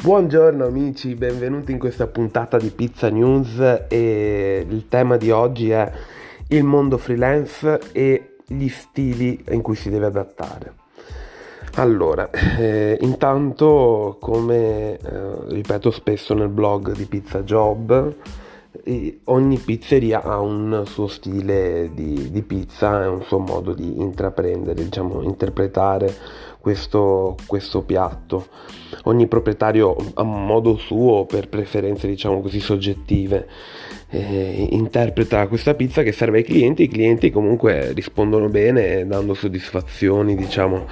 Buongiorno amici, benvenuti in questa puntata di Pizza News e il tema di oggi è il mondo freelance e gli stili in cui si deve adattare. Allora, intanto come ripeto spesso nel blog di Pizza Job, ogni pizzeria ha un suo stile di pizza e un suo modo di intraprendere, diciamo, interpretare questo piatto. Ogni proprietario ha un modo suo per preferenze, diciamo così, soggettive. Interpreta questa pizza che serve ai clienti. I clienti comunque rispondono bene, dando soddisfazioni, diciamo,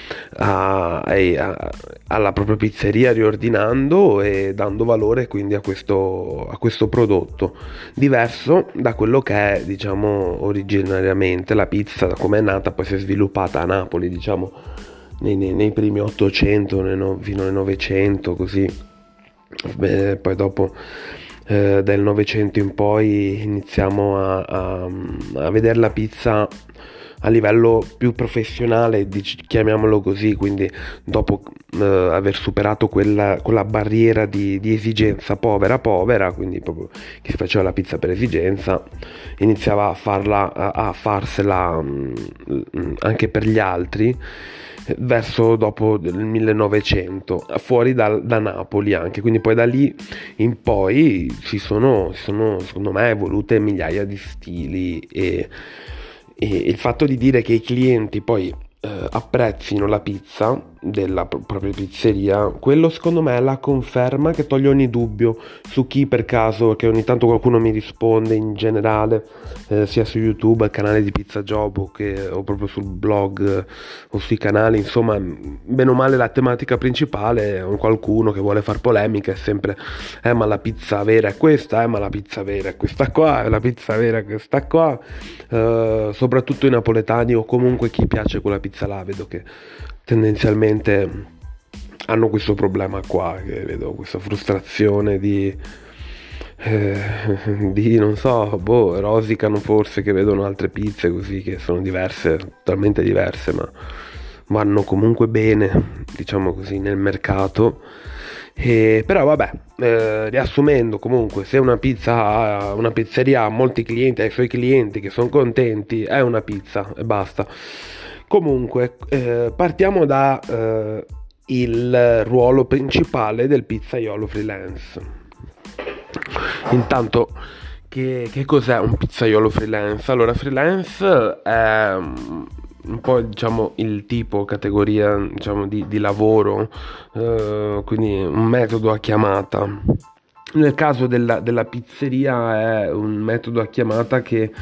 alla propria pizzeria, riordinando e dando valore quindi a questo prodotto diverso da quello che è, diciamo, originariamente la pizza, da come è nata. Poi si è sviluppata a Napoli, diciamo, nei primi 800 fino al 900, così. Poi dopo del 900 in poi iniziamo a vedere la pizza a livello più professionale, chiamiamolo così, quindi dopo aver superato quella barriera di esigenza povera, quindi proprio chi faceva la pizza per esigenza iniziava a farsela anche per gli altri, verso dopo il 1900, fuori da Napoli anche. Quindi poi da lì in poi si sono secondo me evolute migliaia di stili, e il fatto di dire che i clienti poi apprezzino la pizza della propria pizzeria, quello secondo me è la conferma che toglie ogni dubbio su chi, per caso, che ogni tanto qualcuno mi risponde in generale, sia su YouTube al canale di Pizza Job o proprio sul blog o sui canali, insomma, bene o male la tematica principale, qualcuno che vuole far polemica è sempre ma la pizza vera è questa, ma la pizza vera è questa qua, la pizza vera è questa qua. Soprattutto i napoletani, o comunque chi piace quella pizza là, vedo che tendenzialmente hanno questo problema qua, che vedo questa frustrazione di non so, rosicano forse che vedono altre pizze così che sono diverse, totalmente diverse, ma vanno comunque bene, diciamo così, nel mercato. Però vabbè, riassumendo, comunque, se una pizzeria ha molti clienti, ha i suoi clienti che sono contenti, è una pizza e basta. Comunque, partiamo da il ruolo principale del pizzaiolo freelance. Intanto, che cos'è un pizzaiolo freelance? Allora, freelance è un po', diciamo, il tipo, categoria, diciamo, di lavoro, quindi un metodo a chiamata. Nel caso della pizzeria è un metodo a chiamata che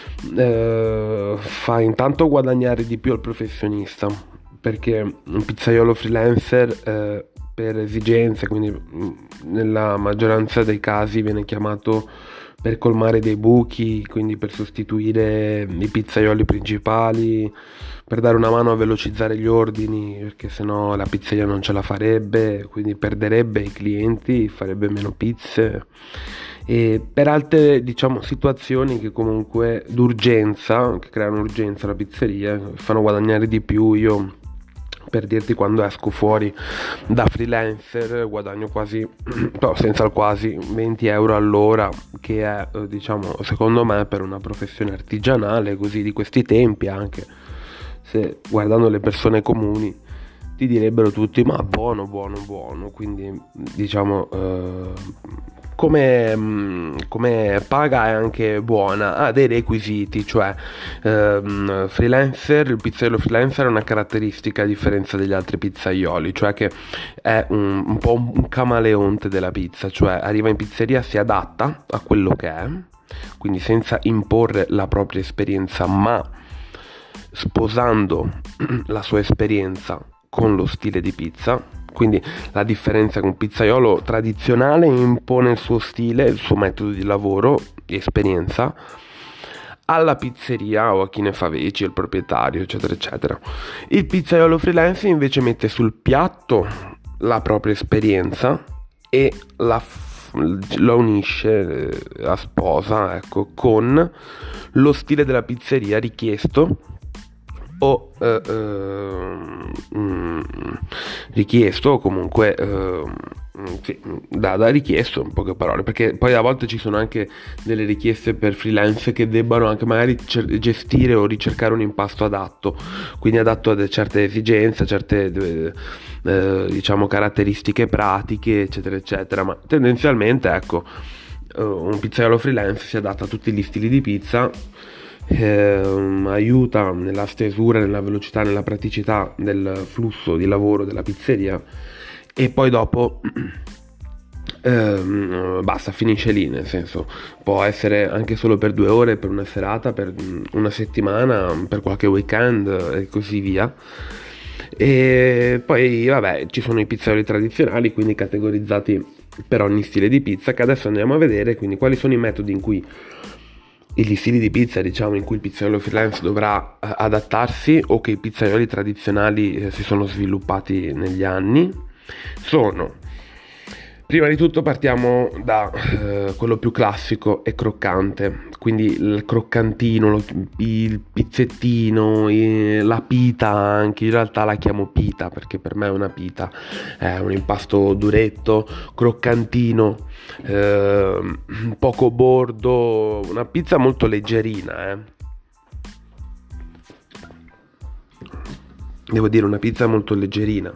fa intanto guadagnare di più al professionista, perché un pizzaiolo freelancer per esigenze, quindi nella maggioranza dei casi viene chiamato per colmare dei buchi, quindi per sostituire i pizzaioli principali, per dare una mano a velocizzare gli ordini, perché sennò la pizzeria non ce la farebbe, quindi perderebbe i clienti, farebbe meno pizze. E per altre, diciamo, situazioni che comunque d'urgenza, che creano urgenza alla pizzeria, fanno guadagnare di più. Io, per dirti, quando esco fuori da freelancer guadagno quasi, no, senza il quasi, 20 euro all'ora, che è, diciamo, secondo me, per una professione artigianale così di questi tempi, anche se guardando le persone comuni ti direbbero tutti ma buono, quindi diciamo come paga è anche buona. Ha dei requisiti, cioè freelancer, il pizzaiolo freelancer ha una caratteristica a differenza degli altri pizzaioli, cioè che è un po' un camaleonte della pizza, cioè arriva in pizzeria, si adatta a quello che è, quindi senza imporre la propria esperienza, ma sposando la sua esperienza con lo stile di pizza. Quindi la differenza con un pizzaiolo tradizionale impone il suo stile, il suo metodo di lavoro, di esperienza, alla pizzeria o a chi ne fa veci, il proprietario, eccetera eccetera. Il pizzaiolo freelance invece mette sul piatto la propria esperienza e la unisce, la sposa, ecco, con lo stile della pizzeria richiesto o richiesto, o comunque Sì, da richiesto in poche parole, perché poi a volte ci sono anche delle richieste per freelance che debbano anche magari gestire o ricercare un impasto adatto, quindi adatto a certe esigenze, a certe diciamo caratteristiche pratiche, eccetera, eccetera, ma tendenzialmente ecco, un pizzaiolo freelance si adatta a tutti gli stili di pizza, aiuta nella stesura, nella velocità, nella praticità del flusso di lavoro della pizzeria e poi dopo basta, finisce lì, nel senso può essere anche solo per 2 ore, per una serata, per una settimana, per qualche weekend e così via. E poi vabbè, ci sono i pizzaioli tradizionali, quindi categorizzati per ogni stile di pizza, che adesso andiamo a vedere, quindi quali sono i metodi in cui gli stili di pizza, diciamo, in cui il pizzaiolo freelance dovrà adattarsi o che i pizzaioli tradizionali si sono sviluppati negli anni. Sono, prima di tutto partiamo da quello più classico e croccante, quindi il croccantino, il pizzettino, la pita anche, in realtà la chiamo pita perché per me è una pita, è un impasto duretto, croccantino, poco bordo, una pizza molto leggerina, devo dire una pizza molto leggerina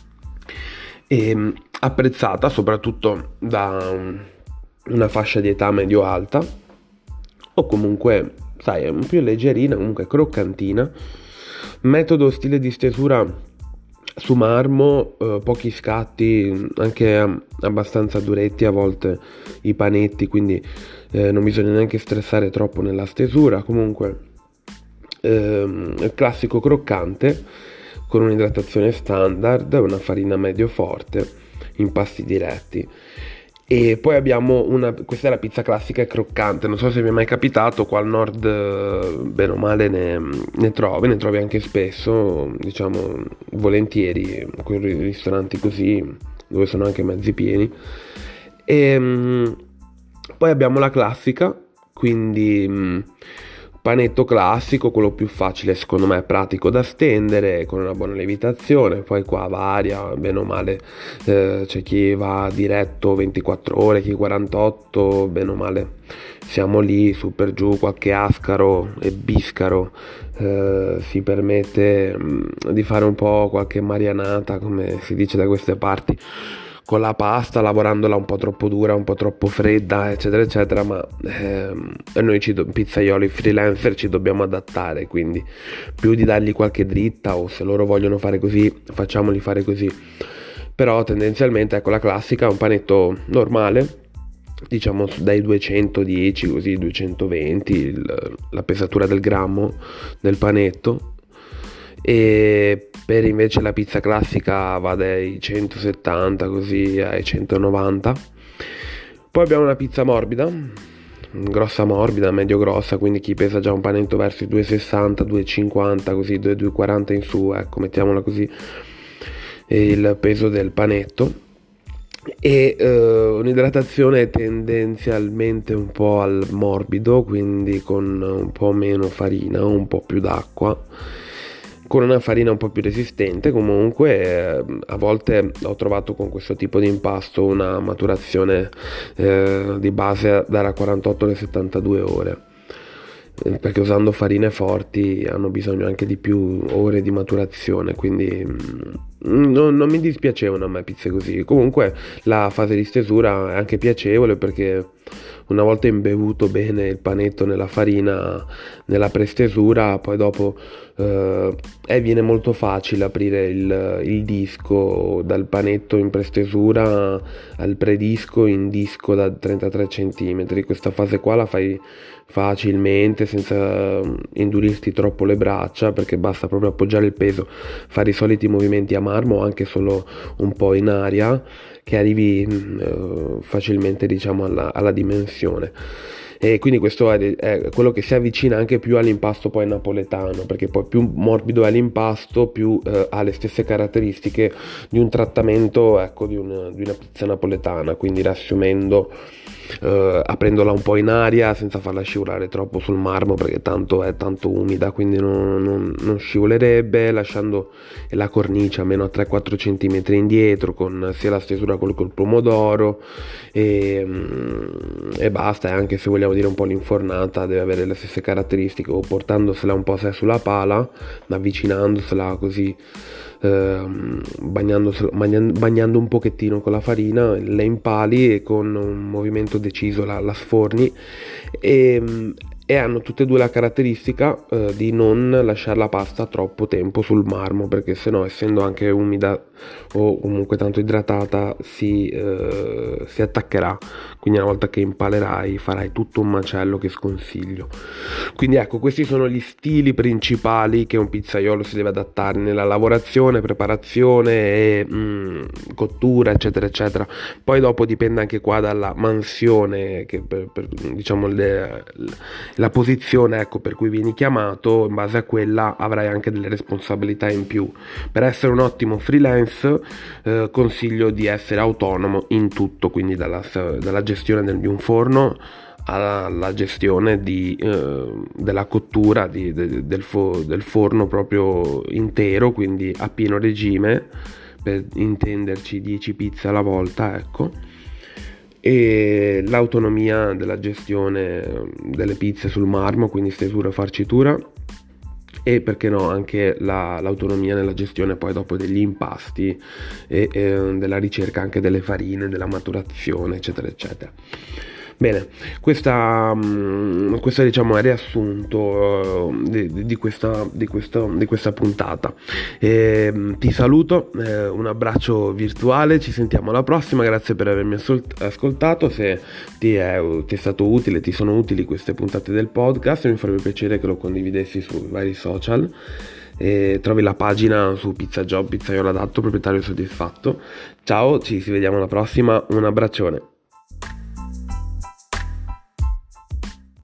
e apprezzata soprattutto da una fascia di età medio-alta o comunque, sai, è un più leggerina, comunque croccantina. Metodo stile di stesura su marmo, pochi scatti, anche abbastanza duretti a volte i panetti, quindi non bisogna neanche stressare troppo nella stesura. Comunque il classico croccante con un'idratazione standard, una farina medio forte, impasti diretti. E poi abbiamo questa è la pizza classica e croccante, non so se vi è mai capitato, qua al nord bene o male ne trovi anche spesso, diciamo volentieri, con ristoranti così, dove sono anche mezzi pieni. Poi abbiamo la classica, quindi panetto classico, quello più facile secondo me, pratico da stendere, con una buona lievitazione, poi qua varia, bene o male, c'è chi va diretto 24 ore, chi 48, bene o male siamo lì, su per giù, qualche ascaro e biscaro si permette di fare un po' qualche marianata, come si dice da queste parti, con la pasta, lavorandola un po' troppo dura, un po' troppo fredda, eccetera eccetera, ma noi pizzaioli freelancer ci dobbiamo adattare, quindi più di dargli qualche dritta o se loro vogliono fare così, facciamoli fare così. Però tendenzialmente ecco la classica, un panetto normale, diciamo dai 210 così 220 la pesatura del grammo del panetto, e per invece la pizza classica va dai 170 così ai 190. Poi abbiamo una pizza morbida, grossa morbida, medio grossa, quindi chi pesa già un panetto verso i 260, 250 così, 240 in su, ecco, mettiamola così, il peso del panetto. E un'idratazione tendenzialmente un po' al morbido, quindi con un po' meno farina, un po' più d'acqua, con una farina un po' più resistente. Comunque a volte ho trovato con questo tipo di impasto una maturazione di base da 48 alle 72 ore, perché usando farine forti hanno bisogno anche di più ore di maturazione, quindi non mi dispiacevano a me pizze così. Comunque la fase di stesura è anche piacevole, perché una volta imbevuto bene il panetto nella farina, nella prestesura, poi dopo viene molto facile aprire il disco dal panetto in prestesura al predisco in disco da 33 cm. Questa fase qua la fai facilmente senza indurirti troppo le braccia, perché basta proprio appoggiare il peso, fare i soliti movimenti a marmo, anche solo un po' in aria, che arrivi facilmente, diciamo, alla dimensione. E quindi questo è quello che si avvicina anche più all'impasto poi napoletano, perché poi più morbido è l'impasto, più ha le stesse caratteristiche di un trattamento, ecco, di una pizza napoletana. Quindi riassumendo, aprendola un po' in aria senza farla scivolare troppo sul marmo, perché tanto è tanto umida, quindi non scivolerebbe, lasciando la cornice almeno a 3-4 cm indietro, con sia la stesura col pomodoro, e basta. E anche se vogliamo dire un po' l'infornata, deve avere le stesse caratteristiche, o portandosela un po' a sé sulla pala, avvicinandosela così, bagnando un pochettino con la farina, le impali e con un movimento deciso la sforni, e, e hanno tutte e due la caratteristica di non lasciare la pasta troppo tempo sul marmo, perché sennò, essendo anche umida o comunque tanto idratata, si attaccherà. Quindi una volta che impalerai farai tutto un macello che sconsiglio. Quindi ecco, questi sono gli stili principali che un pizzaiolo si deve adattare nella lavorazione, preparazione e cottura, eccetera eccetera. Poi dopo dipende anche qua dalla mansione, che diciamo la posizione, ecco, per cui vieni chiamato. In base a quella avrai anche delle responsabilità in più. Per essere un ottimo freelance consiglio di essere autonomo in tutto, quindi dalla gestione di un forno alla gestione della cottura del forno proprio intero, quindi a pieno regime, per intenderci 10 pizze alla volta, ecco. E l'autonomia della gestione delle pizze sul marmo, quindi stesura e farcitura, e perché no anche l'autonomia nella gestione poi dopo degli impasti e della ricerca anche delle farine, della maturazione, eccetera eccetera. Bene, questo diciamo è il riassunto di questa puntata. Ti saluto, un abbraccio virtuale, ci sentiamo alla prossima, grazie per avermi ascoltato. Se ti è stato utile, ti sono utili queste puntate del podcast, mi farebbe piacere che lo condividessi sui vari social. Trovi la pagina su Pizza Job, pizzaiolo adatto, proprietario soddisfatto. Ciao, ci vediamo alla prossima, un abbraccione.